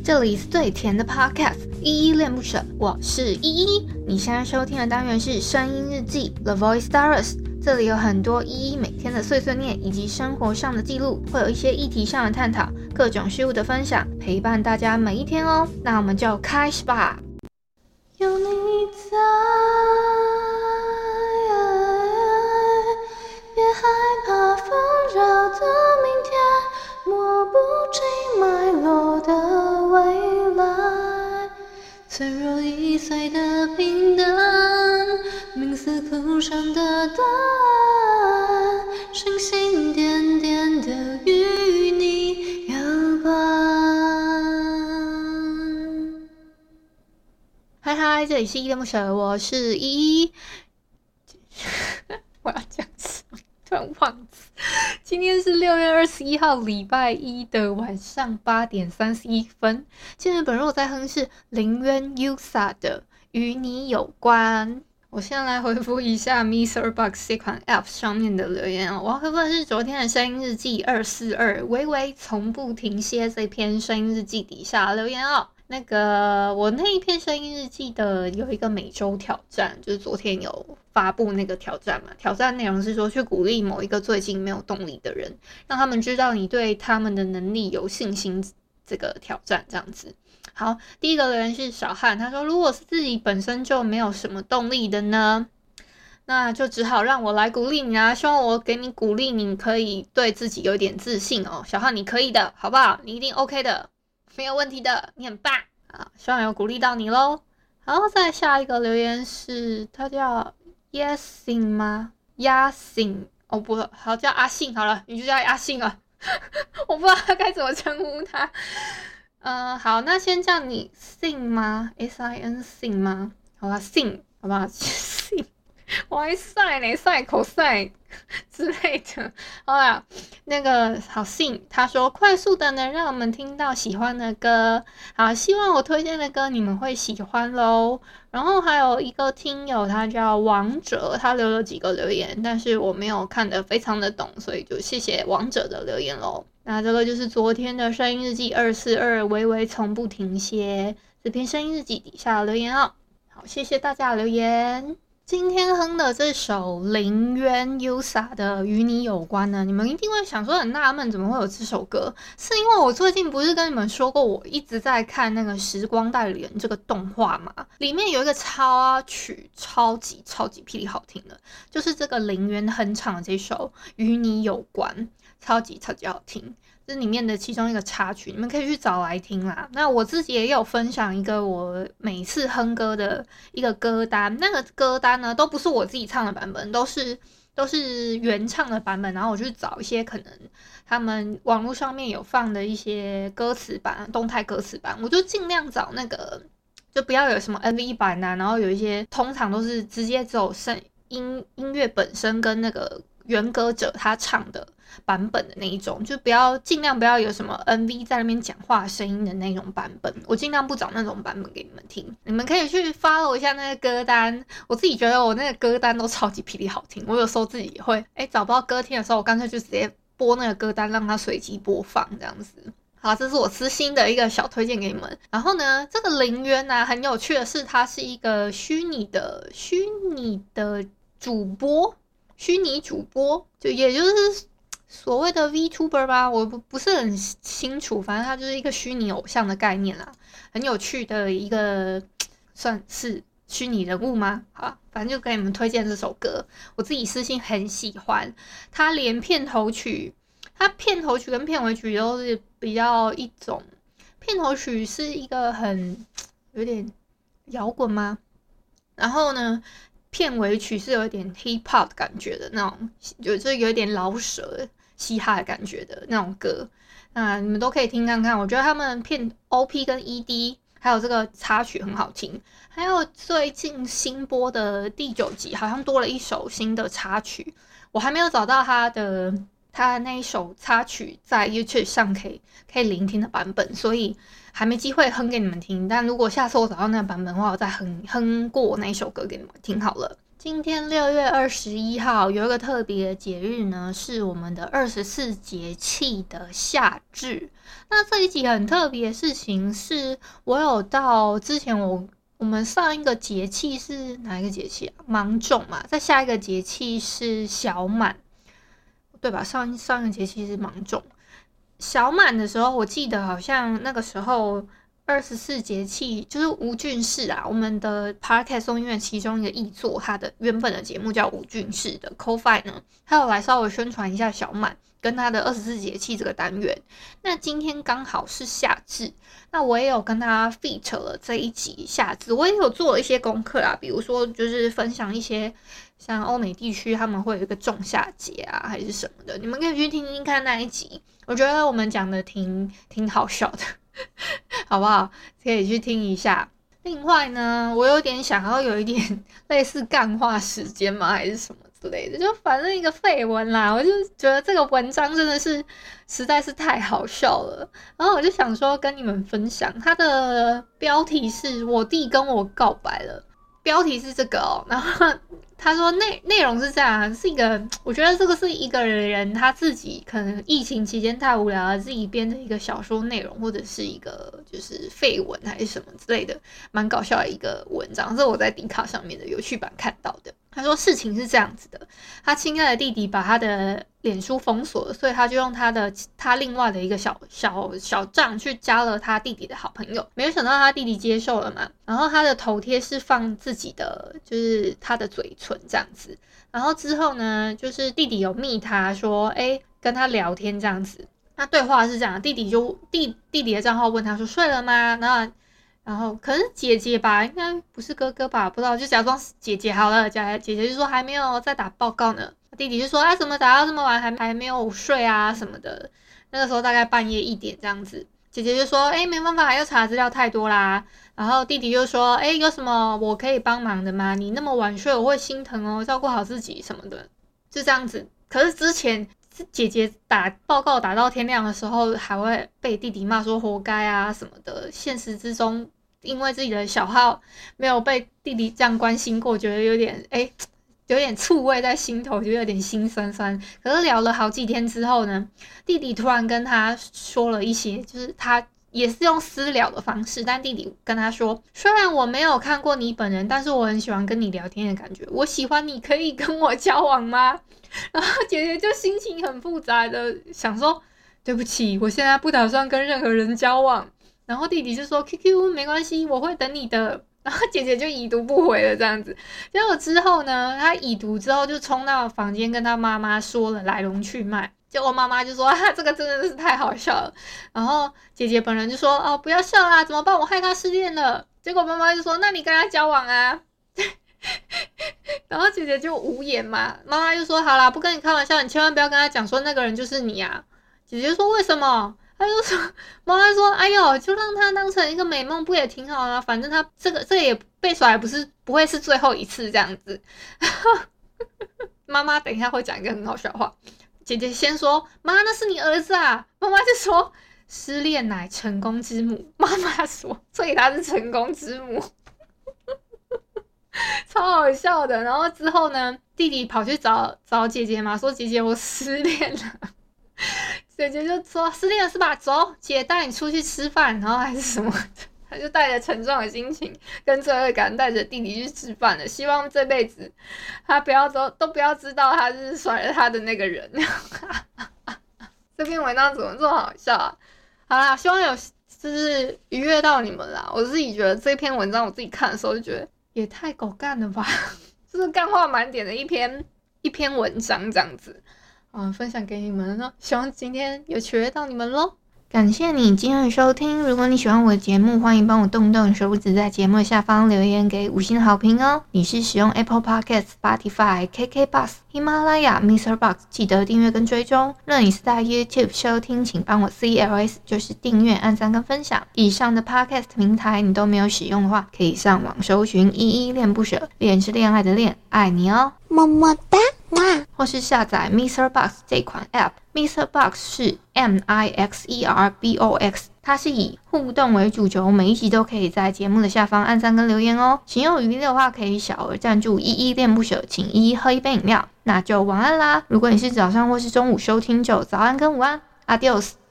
这里是最甜的 Podcast， 依依恋不舍，我是依依。你现在收听的单元是声音日记 The Voice Diaries， 这里有很多依依每天的碎碎念以及生活上的记录，会有一些议题上的探讨，各种事物的分享，陪伴大家每一天哦。那我们就开始吧。有你在，别害怕纷扰的明天，摸不清脉络的未来，脆弱易碎的平淡，冥思苦想的答案，星星点点的与你有关。嗨，这里是依依恋不舍，我是依依。我要讲什么？突然忘记。今天是6月21号礼拜一的晚上8点31分。今天本肉在哼是林渊 Yusa 的与你有关。我先来回复一下 MixerBox 这款 App 上面的留言哦。我要回复的是昨天的声音日记242，微微从不停歇这篇声音日记底下留言哦。我那一篇声音日记的有一个每周挑战，就是昨天有发布那个挑战嘛。挑战内容是说去鼓励某一个最近没有动力的人，让他们知道你对他们的能力有信心。这个挑战这样子。好，第一个留言是小汉，他说如果是自己本身就没有什么动力的呢，那就只好让我来鼓励你啊！希望我给你鼓励，你可以对自己有点自信哦。小汉，你可以的，好不好？你一定 OK 的。没有问题的，你很棒啊！希望有鼓励到你咯。然后再下一个留言是，他叫 Yasin 吗？Yasin 哦不，好叫阿信好了，你就叫阿信了。我不知道他该怎么称呼他。好，那先叫你 Sin 吗 ？Sin Sin 吗？好吧 ，Sin 好不好 ？Sin 我还晒呢，晒口晒之类的。好啦，好信，他说快速的能让我们听到喜欢的歌。好，希望我推荐的歌你们会喜欢咯。然后还有一个听友，他叫王者，他留了几个留言，但是我没有看得非常的懂，所以就谢谢王者的留言咯。那这个就是昨天的声音日记242，微微从不停歇这篇声音日记底下的留言哦。好，谢谢大家的留言。今天哼的这首林渊 Yusa 的与你有关呢，你们一定会想说很纳闷，怎么会有这首歌？是因为我最近不是跟你们说过，我一直在看那个时光代理人这个动画嘛，里面有一个插曲超级霹雳好听的，就是这个林渊哼唱的这首与你有关，超级好听。这里面的其中一个插曲，你们可以去找来听啦。那我自己也有分享一个我每次哼歌的一个歌单，那个歌单呢都不是我自己唱的版本，都是原唱的版本，然后我去找一些可能他们网络上面有放的一些歌词版、动态歌词版，我就尽量找那个，就不要有什么 MV 版啊，然后有一些通常都是直接只有音乐本身跟那个原歌者他唱的版本的那一种，就尽量不要有什么 MV 在那边讲话声音的那种版本，我尽量不找那种版本给你们听。你们可以去 follow 一下那个歌单，我自己觉得我那个歌单都超级霹雳好听，我有时候自己也会找不到歌听的时候，我干脆就直接播那个歌单让它随机播放这样子。好，这是我私心的一个小推荐给你们。然后呢，这个林渊啊，很有趣的是，他是一个虚拟的主播，就也就是所谓的 VTuber 吧，我不是很清楚，反正它就是一个虚拟偶像的概念啦，很有趣的一个算是虚拟人物吗？好，反正就给你们推荐这首歌，我自己私心很喜欢。它连片头曲跟片尾曲都是比较一种，片头曲是一个很有点摇滚吗？然后呢？片尾曲是有一点 hip hop 的感觉的那种，就是有点老舍嘻哈的感觉的那种歌，那你们都可以听看看。我觉得他们片 OP 跟 ED 还有这个插曲很好听，还有最近新播的第9集好像多了一首新的插曲，我还没有找到他那一首插曲在 YouTube 上可以聆听的版本，所以还没机会哼给你们听。但如果下次我找到那个版本的话，我再哼过那一首歌给你们听好了。今今天6月21号有一个特别的节日呢，是我们的24节气的夏至。那这一集很特别的事情是，我有到之前我们上一个节气是哪一个节气啊？芒种嘛，在下一个节气是小满，对吧？上一个节气是芒种。小满的时候，我记得好像那个时候24节气就是吴俊士啊，我们的 Podcast 送音乐其中一个译作，他的原本的节目叫吴俊士的 Ko-Fi 呢，他有来稍微宣传一下小满跟他的24节气这个单元。那今天刚好是夏至，那我也有跟他 feature 了这一集夏至，我也有做了一些功课啦，比如说就是分享一些像欧美地区他们会有一个仲夏节啊还是什么的，你们可以去听听看那一集，我觉得我们讲的挺好笑的好不好？可以去听一下。另外呢，我有点想要有一点类似干话时间吗还是什么之类的，就反正一个废文啦，我就觉得这个文章真的是实在是太好笑了，然后我就想说跟你们分享，它的标题是我弟跟我告白了，标题是这个哦，然后他说内容是这样，是一个我觉得这个是一个人他自己可能疫情期间太无聊了，自己编的一个小说内容，或者是一个就是废文还是什么之类的，蛮搞笑的一个文章，这是我在迪卡上面的有趣版看到的。他说事情是这样子的，他亲爱的弟弟把他的脸书封锁了，所以他就用他另外的一个小账去加了他弟弟的好朋友，没有想到他弟弟接受了嘛，然后他的头贴是放自己的就是他的嘴唇这样子，然后之后呢就是弟弟有密他说跟他聊天这样子，那对话是这样，弟弟的账号问他说睡了吗，然后可能姐姐吧，应该不是哥哥吧，不知道，就假装姐姐好了，姐姐就说还没有在打报告呢，弟弟就说怎么打到这么晚还没有睡啊什么的，那个时候大概半夜1点这样子，姐姐就说没办法，要查资料太多啦，然后弟弟就说有什么我可以帮忙的吗？你那么晚睡我会心疼哦，照顾好自己什么的，就这样子。可是之前姐姐打报告打到天亮的时候，还会被弟弟骂说活该啊什么的，现实之中因为自己的小号没有被弟弟这样关心过，觉得有点醋味在心头，就有点心酸酸。可是聊了好几天之后呢，弟弟突然跟他说了一些，就是他也是用私聊的方式，但弟弟跟他说，虽然我没有看过你本人，但是我很喜欢跟你聊天的感觉，我喜欢你，可以跟我交往吗？然后姐姐就心情很复杂的想说，对不起，我现在不打算跟任何人交往。然后弟弟就说 QQ 没关系，我会等你的。然后姐姐就已读不回了这样子。结果之后呢，他已读之后就冲到房间跟他妈妈说了来龙去脉。结果妈妈就说这个真的是太好笑了。然后姐姐本人就说不要笑啦，怎么办？我害他失恋了。结果妈妈就说那你跟他交往啊。然后姐姐就无言嘛，妈妈就说好啦，不跟你开玩笑，你千万不要跟他讲说那个人就是你啊。姐姐说为什么？他就说，妈妈说，哎呦，就让他当成一个美梦，不也挺好啊？反正他这个也被甩，不会是最后一次这样子。妈妈等一下会讲一个很好笑的话。姐姐先说，妈，那是你儿子啊。妈妈就说，失恋乃成功之母。妈妈说，所以他是成功之母。超好笑的。然后之后呢，弟弟跑去找姐姐嘛，说姐姐我失恋了。姐姐就说失恋了是吧？走，姐带你出去吃饭，然后还是什么，他就带着沉重的心情跟罪恶感带着弟弟去吃饭了，希望这辈子他都不要知道他是甩了他的那个人。这篇文章怎么这么好笑啊？好啦，希望有就是愉悦到你们啦。我自己觉得这篇文章我自己看的时候就觉得也太狗干了吧，就是干话满点的一篇文章这样子。分享给你们了，希望今天有取悦到你们咯。感谢你今天的收听，如果你喜欢我的节目，欢迎帮我动动手指在节目下方留言给5星好评哦。你是使用 Apple Podcast、Spotify、KKBOX、喜马拉雅、Mr. Box， 记得订阅跟追踪。若你是在 YouTube 收听，请帮我 CLS， 就是订阅、按赞跟分享。以上的 Podcast 平台你都没有使用的话，可以上网搜寻依依恋不舍，恋是恋爱的恋，爱你哦，么么哒，哇。 或是下载 MixerBox 这款 App。MixerBox 是 MIXERBOX， 它是以互动为主轴，每一集都可以在节目的下方按赞跟留言哦。情有余力的话，可以小额赞助，依依恋不舍，请依依喝一杯饮料。那就晚安啦！如果你是早上或是中午收听，就早安跟午安。Adios。